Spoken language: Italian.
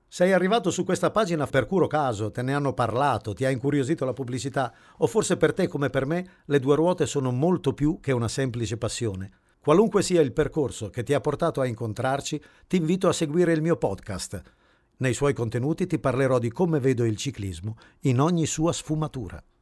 Sei arrivato su questa pagina per puro caso, te ne hanno parlato, ti ha incuriosito la pubblicità, o forse per te come per me le due ruote sono molto più che una semplice passione. Qualunque sia il percorso che ti ha portato a incontrarci, ti invito a seguire il mio podcast. Nei suoi contenuti ti parlerò di come vedo il ciclismo in ogni sua sfumatura.